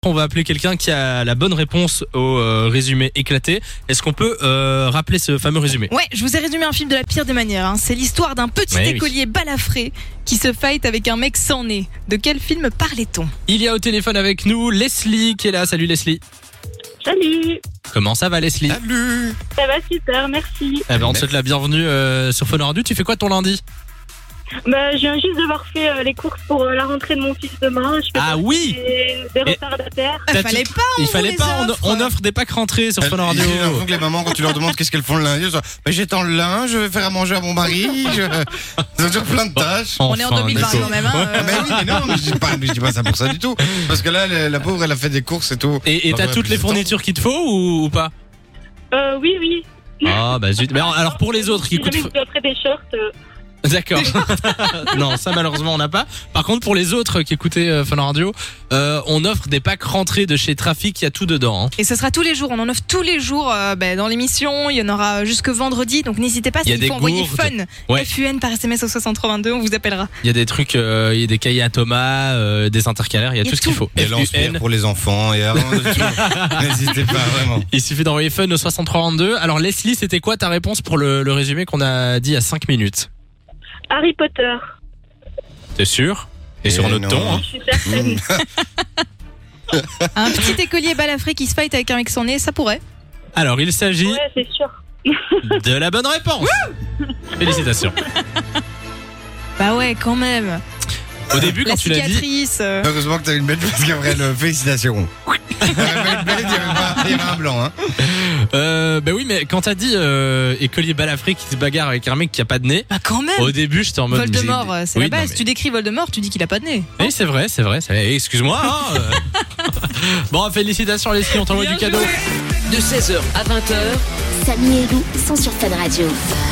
On va appeler quelqu'un qui a la bonne réponse au résumé éclaté. Est-ce qu'on peut rappeler ce fameux résumé ? Ouais, je vous ai résumé un film de la pire des manières. C'est l'histoire d'un petit écolier balafré qui se fight avec un mec sans nez. De quel film parlait-on ? Il y a au téléphone avec nous Leslie qui est là. Salut Leslie. Salut, Comment ça va Leslie ? Salut. ça va super, merci. Eh ben, on te souhaite la bienvenue sur Fun Radio. Tu fais quoi ton lundi ? Je viens juste d'avoir fait les courses pour la rentrée de mon fils demain. Je fais Ah partie oui. des retardataires. T'as Fallait tout- pas, Il fallait pas, on offre des packs rentrées sur Fun Radio. J'ai l'impression que les mamans, quand tu leur demandes qu'est-ce qu'elles font le lundi, elles sont, mais j'étends le linge, je vais faire à manger à mon mari, ça veut dire plein de tâches. On est en Enfin, 2020 d'accord. quand même. Hein, Mais oui, mais non, mais je dis pas ça pour ça du tout. Parce que là, la pauvre, elle a fait des courses et tout. Et t'as Bah, toutes les plus de temps. fournitures qu'il te faut ou pas ? Oui. Ah bah zut. Mais alors pour les autres qui Si coûtent... jamais vous offrez des shorts, D'accord. Non, ça malheureusement on n'a pas. Par contre pour les autres qui écoutaient Fun Radio, on offre des packs rentrées de chez Trafic, il y a tout dedans. Hein. Et ce sera tous les jours. On en offre tous les jours dans l'émission. Il y en aura jusque vendredi. Donc n'hésitez pas. Il y a S'il des faut envoyer gourdes. Fun, Ouais. FUN par SMS au 6322. On vous appellera. Il y a des trucs, il y a des cahiers à Thomas, des intercalaires, il y a tout ce qu'il faut. Et lance-pierre pour les enfants et avant de tout. N'hésitez pas, vraiment. Il suffit d'envoyer Fun au 6322. Alors Leslie, c'était quoi ta réponse pour le résumé qu'on a dit à 5 minutes ? Harry Potter. T'es sûr ? Et sur Eh notre non. ton, hein. Je suis certaine. Un petit écolier balafré qui se fight avec un mec sans nez, ça pourrait. Alors il s'agit Ouais, c'est sûr. de la bonne réponse. Félicitations. Bah ouais, quand même. Au début La quand tu l'as dit, cicatrice. Heureusement que t'as une belle parce qu'après, félicitations. Il y avait un blanc, hein. bah oui mais quand t'as dit écolier balafré qui se bagarre avec un mec qui a pas de nez, Bah quand même. au début j'étais en mode... Voldemort, c'est Oui, la base. non, mais- Tu décris Voldemort, tu dis qu'il a pas de nez. Oui, c'est vrai. Excuse-moi. Hein. Bon, félicitations Leslie, on t'envoie Bien du cadeau. joué. De 16h à 20h, Samy et Lou sont sur Fun Radio.